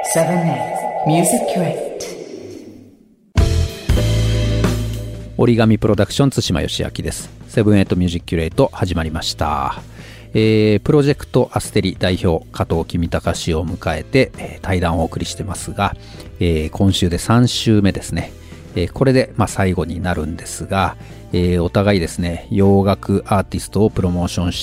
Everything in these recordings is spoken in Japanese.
7-8 Music Curate。 折り紙プロダクション津島義明です。7-8ミュージックキュレート始まりました。プロジェクトアステリ代表加藤公隆氏を迎えて、対談をお送りしてますが、今週で3週目ですね。これで最後になるんですが、お互いですね洋楽アーティストをプロモーションして、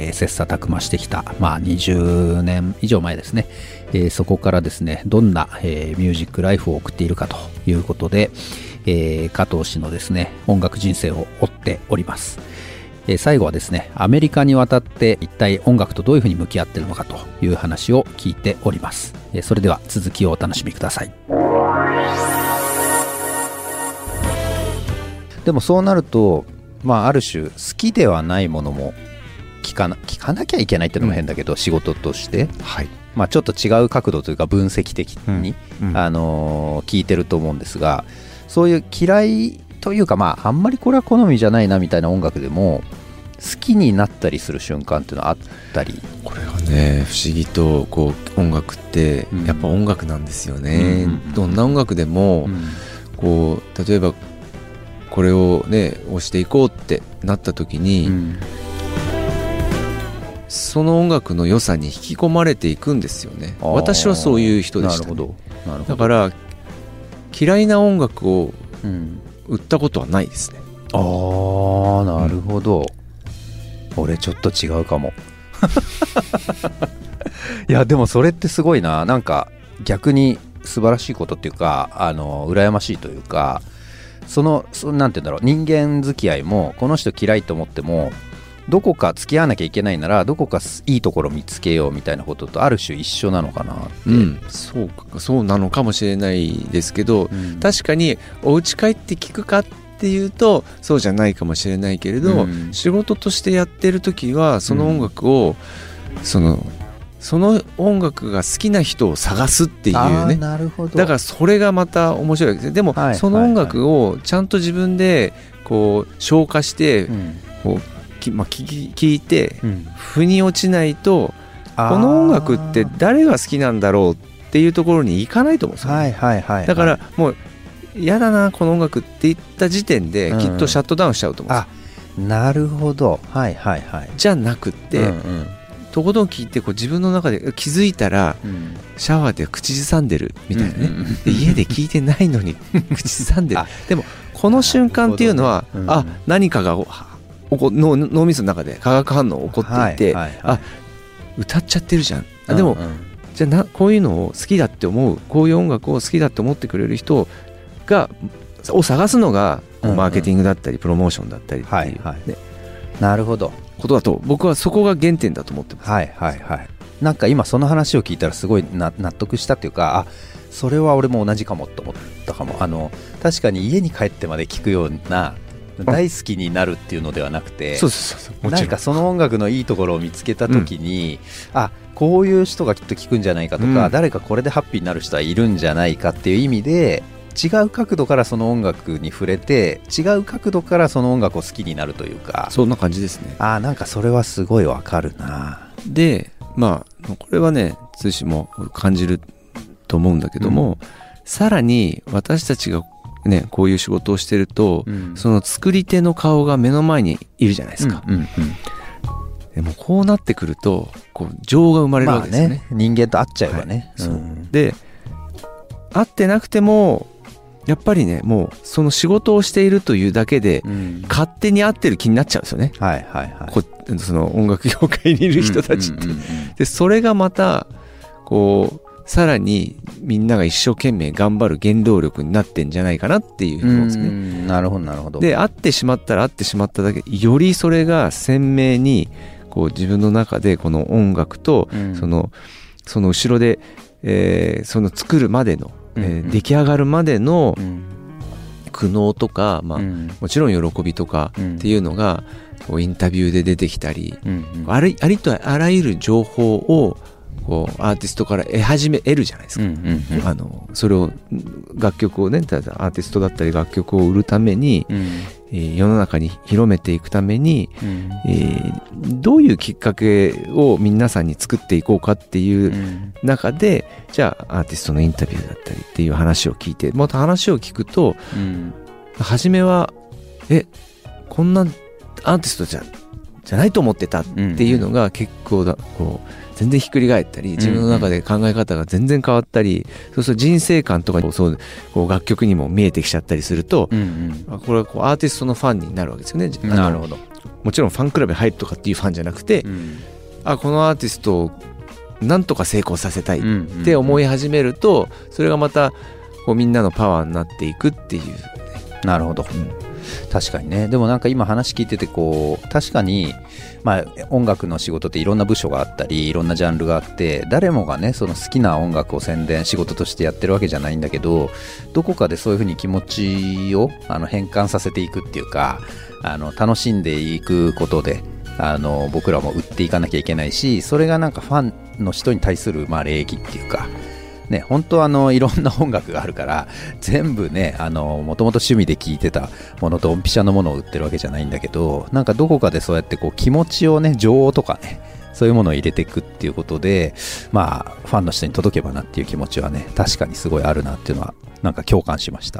切磋琢磨してきた、20年以上前ですね、そこからですねどんな、ミュージックライフを送っているかということで、加藤氏のですね音楽人生を追っております。最後はですねアメリカに渡って一体音楽とどういうふうに向き合っているのかという話を聞いております。それでは続きをお楽しみください。でもそうなると、ある種好きではないものも聞かなきゃいけないっていうのも変だけど、仕事として、ちょっと違う角度というか分析的に、聞いてると思うんですが、そういう嫌いというか、あんまりこれは好みじゃないなみたいな音楽でも好きになったりする瞬間っていうのはあったり。 これはね不思議と音楽ってやっぱ音楽なんですよね、どんな音楽でも、例えばこれをね押していこうってなった時に、その音楽の良さに引き込まれていくんですよね。私はそういう人でしたね。だから嫌いな音楽を売ったことはないですね。 なるほど、俺ちょっと違うかもいやでもそれってすごいな。なんか逆に素晴らしいことっていうか羨ましいというか、なんて言うんだろう、人間付き合いもこの人嫌いと思ってもどこか付き合わなきゃいけないならどこかいいところ見つけようみたいなこととある種一緒なのかなって、 そうなのかもしれないですけど、確かにお家帰って聞くかっていうとそうじゃないかもしれないけれど、仕事としてやってる時はその音楽を、その音楽が好きな人を探すっていうね。 なるほど。 だからそれがまた面白いですね。でも、その音楽をちゃんと自分で消化して、聞いて、腑に落ちないと、この音楽って誰が好きなんだろうっていうところに行かないと思うんですよね。だからもう嫌だなこの音楽って言った時点できっとシャットダウンしちゃうと思うんですよ。 なるほど。 じゃなくって、とことん聞いて自分の中で気づいたら、シャワーで口ずさんでるみたいなね、家で聞いてないのに口ずさんでるでもこの瞬間っていうのは、何かが脳みその中で化学反応起こっていて、歌っちゃってるじゃん。でも、じゃあこういうのを好きだって思う、こういう音楽を好きだって思ってくれる人を探すのがマーケティングだったりプロモーションだったりっていう、 なるほどことだと僕はそこが原点だと思ってます。 なんか今その話を聞いたらすごい納得したっていうか、それは俺も同じかもと思ったかも。確かに家に帰ってまで聞くような大好きになるっていうのではなくて、なんかその音楽のいいところを見つけた時に、こういう人がきっと聞くんじゃないかとか、誰かこれでハッピーになる人はいるんじゃないかっていう意味で、違う角度からその音楽に触れて、違う角度からその音楽を好きになるというか、 そんな感じですね。 なんかそれはすごいわかるな。 でこれはね通信も感じると思うんだけども、さらに私たちがねこういう仕事をしてると、その作り手の顔が目の前にいるじゃないですか。でもこうなってくると情が生まれるわけですよね。 人間と会っちゃえばね。 で会ってなくてもやっぱりねもうその仕事をしているというだけで、勝手に会ってる気になっちゃうんですよね。その音楽業界にいる人たちって。でそれがまたさらにみんなが一生懸命頑張る原動力になってんじゃないかなっていうふうに思うんですね。 なるほどなるほど。 で会ってしまったら会ってしまっただけよりそれが鮮明に自分の中でこの音楽と、その後ろで、その作るまでの出来上がるまでの苦悩とか、もちろん喜びとかっていうのがインタビューで出てきたり、ありとあらゆる情報をこうアーティストから得るじゃないですか、それを楽曲をね、アーティストだったり楽曲を売るために、世の中に広めていくために、どういうきっかけを皆さんに作っていこうかっていう中で、じゃあアーティストのインタビューだったりっていう話を聞いて、また話を聞くと、初めはこんなアーティストじゃないと思ってたっていうのが結構こう全然ひっくり返ったり、自分の中で考え方が全然変わったり、そうすると人生観とかそうこう楽曲にも見えてきちゃったりすると、これはこうアーティストのファンになるわけですよね。 なるほど。 もちろんファンクラブに入るとかっていうファンじゃなくて、このアーティストをなんとか成功させたいって思い始めると、それがまたこうみんなのパワーになっていくっていう、ね。 なるほど。確かにね。でもなんか今話聞いててこう、確かに音楽の仕事っていろんな部署があったり、いろんなジャンルがあって、誰もがねその好きな音楽を宣伝仕事としてやってるわけじゃないんだけど、どこかでそういうふうに気持ちを変換させていくっていうか、楽しんでいくことで僕らも売っていかなきゃいけないし、それがなんかファンの人に対する礼儀っていうかね、本当はいろんな音楽があるから全部ねもともと趣味で聴いてたものとドンピシャのものを売ってるわけじゃないんだけど、なんかどこかでそうやってこう気持ちをね、情とかね、そういうものを入れていくっていうことで、ファンの人に届けばなっていう気持ちはね、確かにすごいあるなっていうのはなんか共感しました。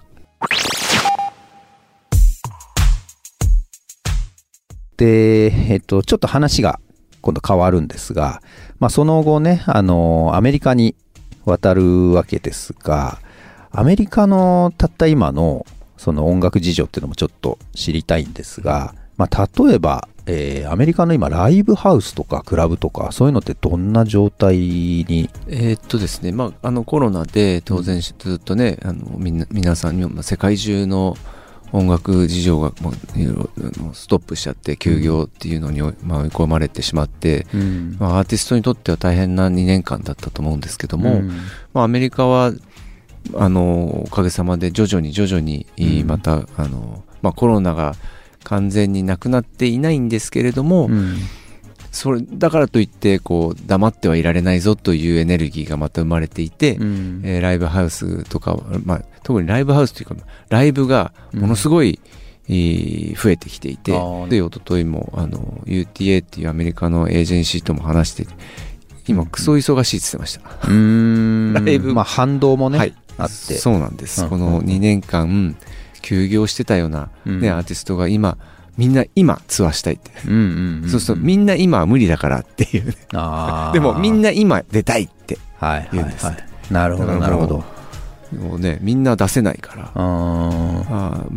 で、ちょっと話が今度変わるんですが、その後ねアメリカに渡るわけですが、アメリカのたった今のその音楽事情っていうのもちょっと知りたいんですが、例えば、アメリカの今ライブハウスとかクラブとかそういうのってどんな状態に？ ですね、コロナで当然ずっとね、皆さんに世界中の音楽事情がストップしちゃって休業っていうのに追い込まれてしまって、アーティストにとっては大変な2年間だったと思うんですけども、アメリカはおかげさまで徐々にまたコロナが完全になくなっていないんですけれども、それだからといってこう黙ってはいられないぞというエネルギーがまた生まれていて、ライブハウスとか、特にライブハウスというかライブがものすごい、増えてきていて、で一昨日もUTA っていうアメリカのエージェンシーとも話してて、今クソ忙しいって言ってました。ライブ反動もね、あって、 そうなんです。この2年間休業してたような、アーティストがみんな今ツアーしたいって、そうするとみんな今は無理だからっていうねでもみんな今出たいって言うんです。 なるほどなるほど。 もうね、みんな出せないから、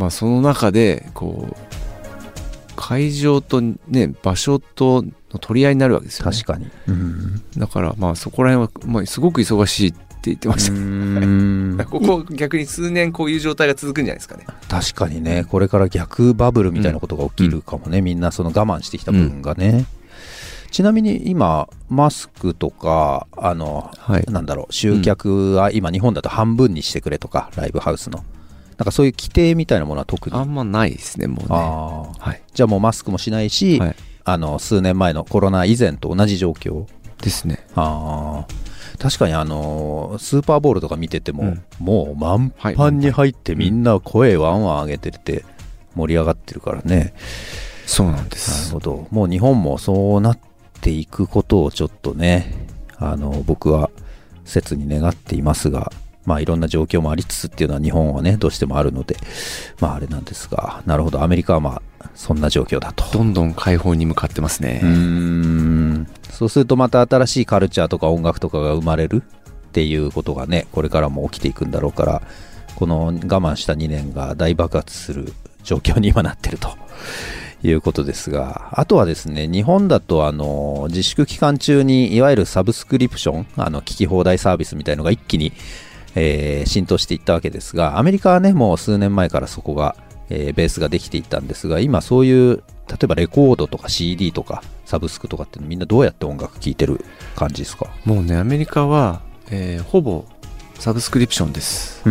その中でこう会場とね場所との取り合いになるわけですよね。 確かに、 だからそこら辺は、すごく忙しいって言ってましたここ逆に数年こういう状態が続くんじゃないですかね。 確かにね、これから逆バブルみたいなことが起きるかもね、みんなその我慢してきた部分がね、ちなみに今マスクとかなんだろう、集客は今日本だと半分にしてくれとか、ライブハウスのなんかそういう規定みたいなものは特にあんまないですね、もうね。 じゃあもうマスクもしないし、数年前のコロナ以前と同じ状況ですね。 確かにスーパーボールとか見てても、もう満帆に入ってみんな声ワンワン上げてて盛り上がってるからね。 そうなんです。 なるほど。もう日本もそうなっていくことをちょっとね、僕は切に願っていますが、いろんな状況もありつつっていうのは日本はねどうしてもあるので、あれなんですが、なるほど、アメリカはそんな状況だと。 どんどん解放に向かってますね。 そうするとまた新しいカルチャーとか音楽とかが生まれるっていうことがね、これからも起きていくんだろうから、この我慢した2年が大爆発する状況に今なってるということですが、あとはですね、日本だと自粛期間中にいわゆるサブスクリプション、聞き放題サービスみたいのが一気に、浸透していったわけですが、アメリカはねもう数年前からそこが、ベースができていったんですが、今そういう例えばレコードとか CD とかサブスクとかってみんなどうやって音楽聴いてる感じですか？ もうね、アメリカは、ほぼサブスクリプションです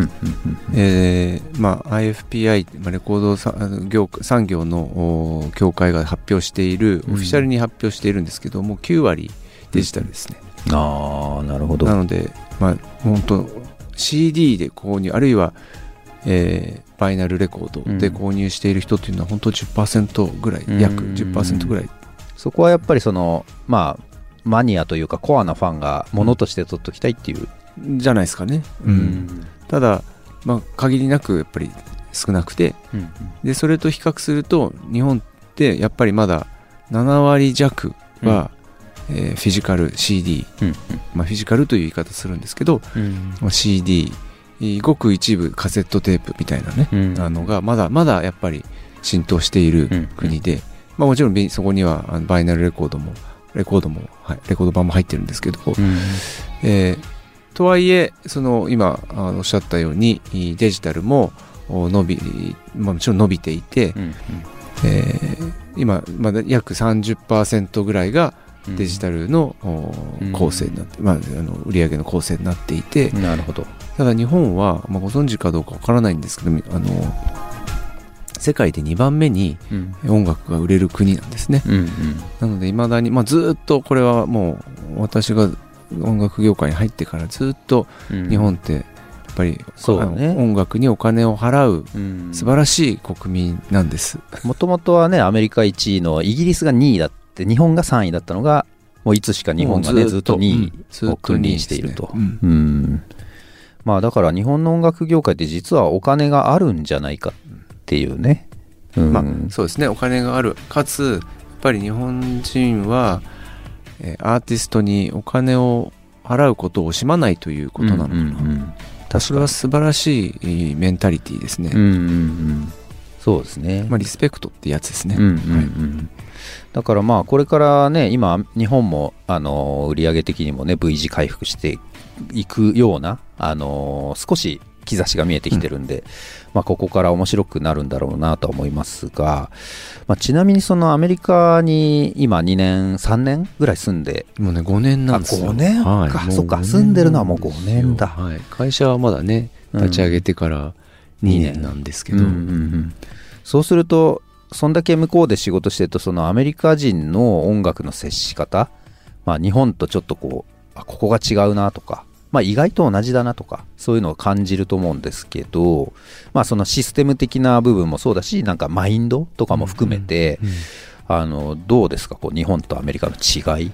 。IFPI、レコード産業の協会が発表している、オフィシャルに発表しているんですけども、9割デジタルですね。 ああ、なるほど。 なので、本当 CD で購入、あるいは、バイナルレコードで購入している人っていうのは本当 10% ぐらい、約 10% ぐらい。 そこはやっぱりそのマニアというかコアなファンがものとして取っときたいっていう、 じゃないですかね。ただ、限りなくやっぱり少なくて、でそれと比較すると日本ってやっぱりまだ7割弱は、フィジカル CD、フィジカルという言い方するんですけど、CD、ごく一部カセットテープみたいなね、のがまだやっぱり浸透している国で、もちろんそこにはバイナルレコード版も入ってるんですけど、とはいえ今おっしゃったようにデジタルももちろん伸びていて、今まだ約 30% ぐらいがデジタルの構成になって、売上の構成になっていて、 なるほど。 ただ日本は、ご存知かどうかわからないんですけど、世界で2番目に音楽が売れる国なんですね。なので未だに、ずっとこれはもう私が音楽業界に入ってからずっと日本ってやっぱり、音楽にお金を払う素晴らしい国民なんです。 もともとはね、アメリカ1位のイギリスが2位だって日本が3位だったのが、もういつしか日本がねずっと2位を君臨していると。だから日本の音楽業界って実はお金があるんじゃないかっていうね、 そうですね、お金がある、かつやっぱり日本人は、アーティストにお金を払うことを惜しまないということなのかな、それは素晴らしいメンタリティーですね。 そうですね、 リスペクトってやつですね。 だからこれからね、今日本も売上的にもね V 字回復していくような少し兆しが見えてきてるんで、ここから面白くなるんだろうなとは思いますが、ちなみにそのアメリカに今2年3年ぐらい住んで、 もうね5年なんですよ。 5年か、そっか、住んでるのはもう5年だ。 会社はまだね立ち上げてから2年なんですけど、 そうするとそんだけ向こうで仕事してると、そのアメリカ人の音楽の接し方、日本とちょっとここが違うなとか、意外と同じだなとか、そういうのを感じると思うんですけど、そのシステム的な部分もそうだし、なんかマインドとかも含めて、どうですか、日本とアメリカの違い。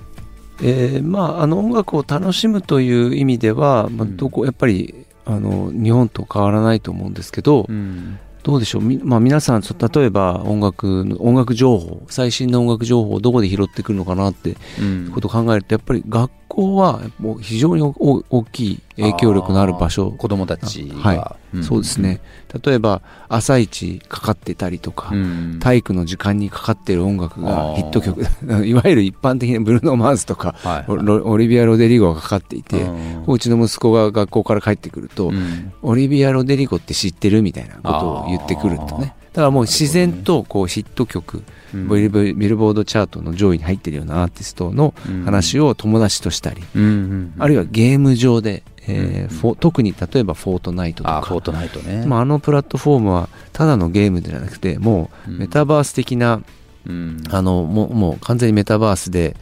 音楽を楽しむという意味では、やっぱり日本と変わらないと思うんですけど、どうでしょう、皆さん例えば音楽情報、最新の音楽情報をどこで拾ってくるのかなっていうことを考えると、やっぱり学校はもう非常に大きい影響力のある場所、 子どもたちが、 そうですね。例えば朝一かかってたりとか、体育の時間にかかっている音楽がヒット曲いわゆる一般的なブルーノ・マーズとか、オリビア・ロデリゴがかかっていて、うちの息子が学校から帰ってくると、オリビア・ロデリゴって知ってるみたいなことを言ってくるとね。だからもう自然とヒット曲、ビルボードチャートの上位に入ってるようなアーティストの話を友達としたり、あるいはゲーム上で、特に例えばフォートナイトとか、 フォートナイトね、 プラットフォームはただのゲームじゃなくて、もうメタバース的な、もう完全にメタバースで、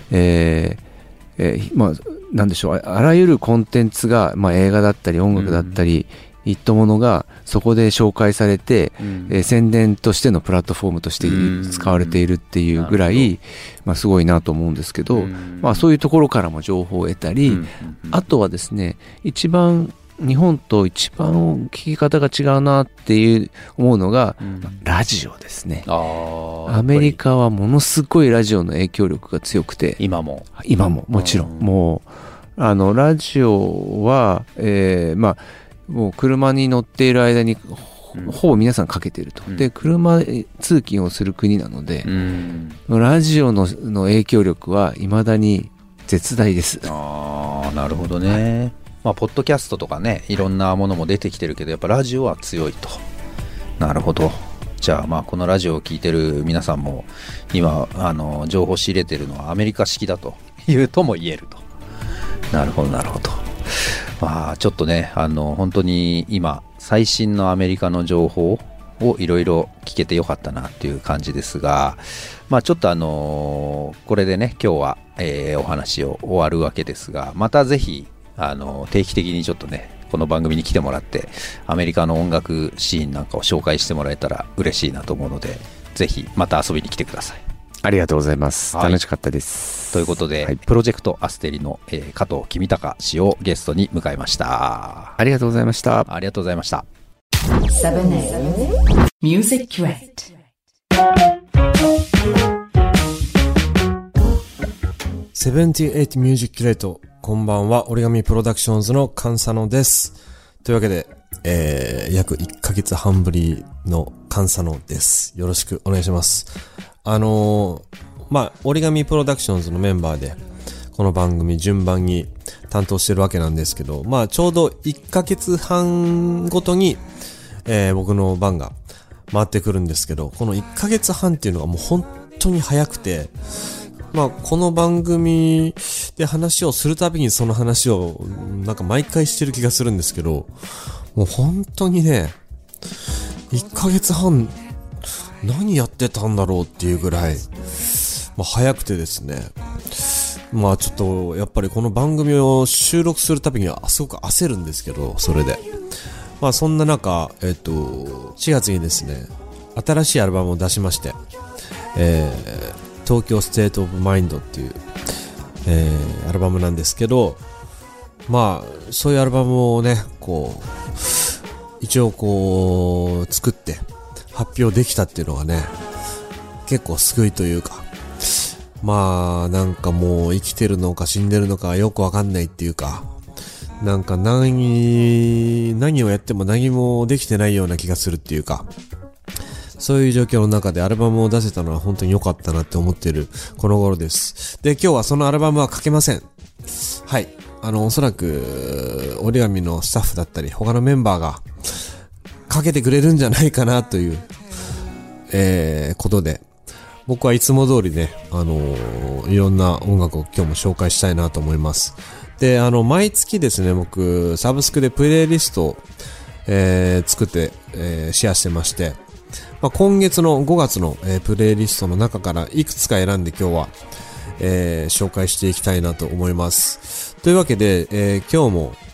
なんでしょう、あらゆるコンテンツが、映画だったり音楽だったり、いったものがそこで紹介されて、宣伝としてのプラットフォームとして使われているっていうぐらい、すごいなと思うんですけど、そういうところからも情報を得たり、あとはですね、日本と一番聞き方が違うなっていう思うのが、ラジオですね。アメリカはものすごいラジオの影響力が強くて、今ももちろん、もうラジオは、もう車に乗っている間にほぼ皆さんかけていると。で、車通勤をする国なので、ラジオの影響力は未だに絶大です。 なるほどね。ポッドキャストとかね、いろんなものも出てきてるけど、やっぱラジオは強いと。なるほど。じゃあこのラジオを聞いてる皆さんも今情報仕入れてるのはアメリカ式だというとも言えると。なるほどなるほど。ちょっとね本当に今最新のアメリカの情報をいろいろ聞けてよかったなっていう感じですが、まあちょっとこれでね、今日は、お話を終わるわけですが、またぜひ、定期的にちょっとね、この番組に来てもらって、アメリカの音楽シーンなんかを紹介してもらえたら嬉しいなと思うので、ぜひまた遊びに来てください。 ありがとうございます。 はい、 楽しかったです。 ということで、はい、プロジェクトアステリの、加藤君高氏をゲストに迎えました。 ありがとうございました。 ありがとうございました。 Music Crate 78 Music Crate、こんばんは。折り紙プロダクションズの菅佐野です。というわけで、約1ヶ月半ぶりの菅佐野です。よろしくお願いします。折り紙プロダクションズのメンバーで、この番組順番に担当してるわけなんですけど、ちょうど1ヶ月半ごとに、僕の番が回ってくるんですけど、この1ヶ月半っていうのがもう本当に早くて、この番組で話をするたびにその話をなんか毎回してる気がするんですけど、もう本当にね、1ヶ月半何やってたんだろうっていうぐらい、早くてですね、ちょっとやっぱりこの番組を収録するたびにはすごく焦るんですけど、それでそんな中、4月にですね、新しいアルバムを出しまして、東京ステートオブマインドっていう、アルバムなんですけど、そういうアルバムをね、一応作って発表できたっていうのがね、結構救いというか、なんかもう生きてるのか死んでるのかよくわかんないっていうか、なんか何をやっても何もできてないような気がするっていうか、そういう状況の中でアルバムを出せたのは本当に良かったなって思っているこの頃です。で、今日はそのアルバムはかけません。はい。おそらく折り紙のスタッフだったり他のメンバーがかけてくれるんじゃないかなという、ことで、僕はいつも通りね、いろんな音楽を今日も紹介したいなと思います。で、毎月ですね、僕サブスクでプレイリストを、作って、シェアしてまして、今月の5月の、プレイリストの中からいくつか選んで今日は、紹介していきたいなと思います。というわけで、今日も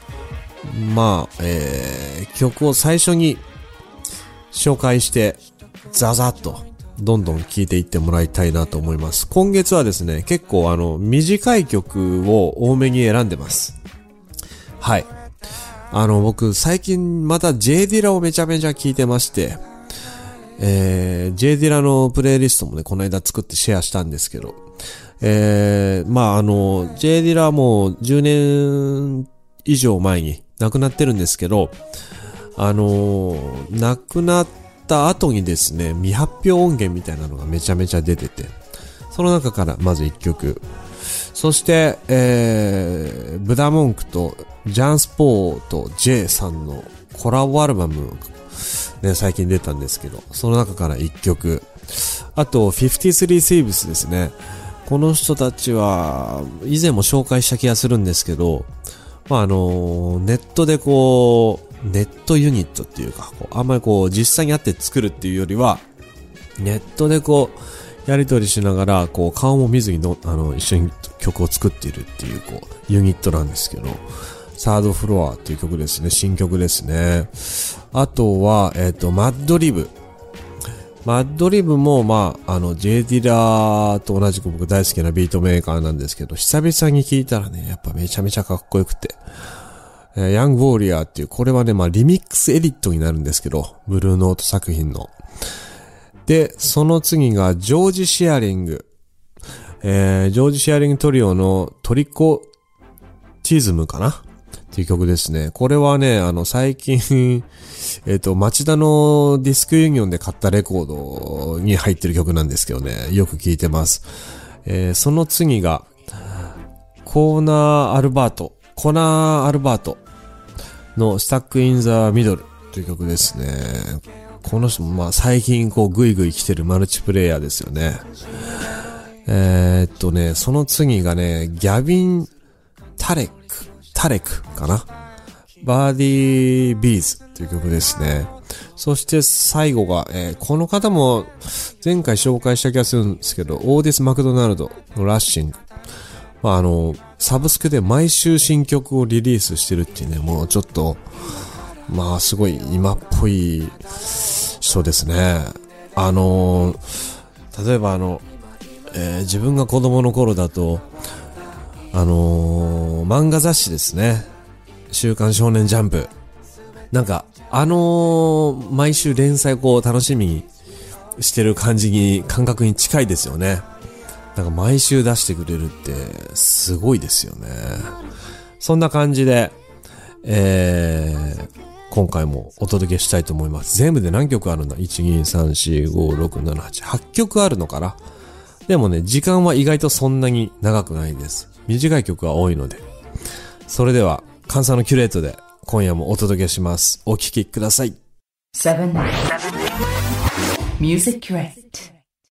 曲を最初に紹介してザザッとどんどん聴いていってもらいたいなと思います。今月はですね、結構短い曲を多めに選んでます。はい。僕最近また J ディラをめちゃめちゃ聴いてまして、J ディラのプレイリストもね、この間作ってシェアしたんですけど、J ディラはもう10年以上前に亡くなってるんですけど、亡くなった後にですね、未発表音源みたいなのがめちゃめちゃ出てて、その中からまず1曲、そして、ブダモンクとジャンスポーと J さんのコラボアルバムね、最近出たんですけど、その中から1曲、あと53 Thieves ですね。この人たちは以前も紹介した気がするんですけど、ネットでネットユニットっていうか、あんまり実際に会って作るっていうよりは、ネットでやり取りしながら、顔も見ずに一緒に曲を作っているっていう、ユニットなんですけど、サードフロアっていう曲ですね。新曲ですね。あとは、マッドリブ。マッドリブも、J ディラと同じく僕大好きなビートメーカーなんですけど、久々に聴いたらね、やっぱめちゃめちゃかっこよくて。ヤングウォリアーっていう、これはね、リミックスエディットになるんですけど、ブルーノート作品の。で、その次が、ジョージ・シェアリング。ジョージ・シェアリングトリオのトリコティズムかなっていう曲ですね。これはね、最近、町田のディスクユニオンで買ったレコードに入ってる曲なんですけどね、よく聴いてます。その次が、コナー・アルバートのスタック・イン・ザ・ミドルという曲ですね。この人も最近グイグイ来てるマルチプレイヤーですよね。その次がね、ギャビン・タレクかな。バーディー・ビーズという曲ですね。 そして最後が、この方も前回紹介した気がするんですけど、オーディス・マクドナルドのラッシング。サブスクで毎週新曲をリリースしてるっていうね、もうちょっと、すごい今っぽい人ですね。例えば自分が子供の頃だと、漫画雑誌ですね。週刊少年ジャンプ。なんか、毎週連載を楽しみにしてる感覚に近いですよね。なんか毎週出してくれるってすごいですよね。そんな感じで、今回もお届けしたいと思います。全部で何曲あるんだ ?1,2,3,4,5,6,7,8 曲あるのかな。でもね、時間は意外とそんなに長くないです。短い曲が多いので。それでは、関西のキュレートで今夜もお届けします。お聴きください。 7 Music Crate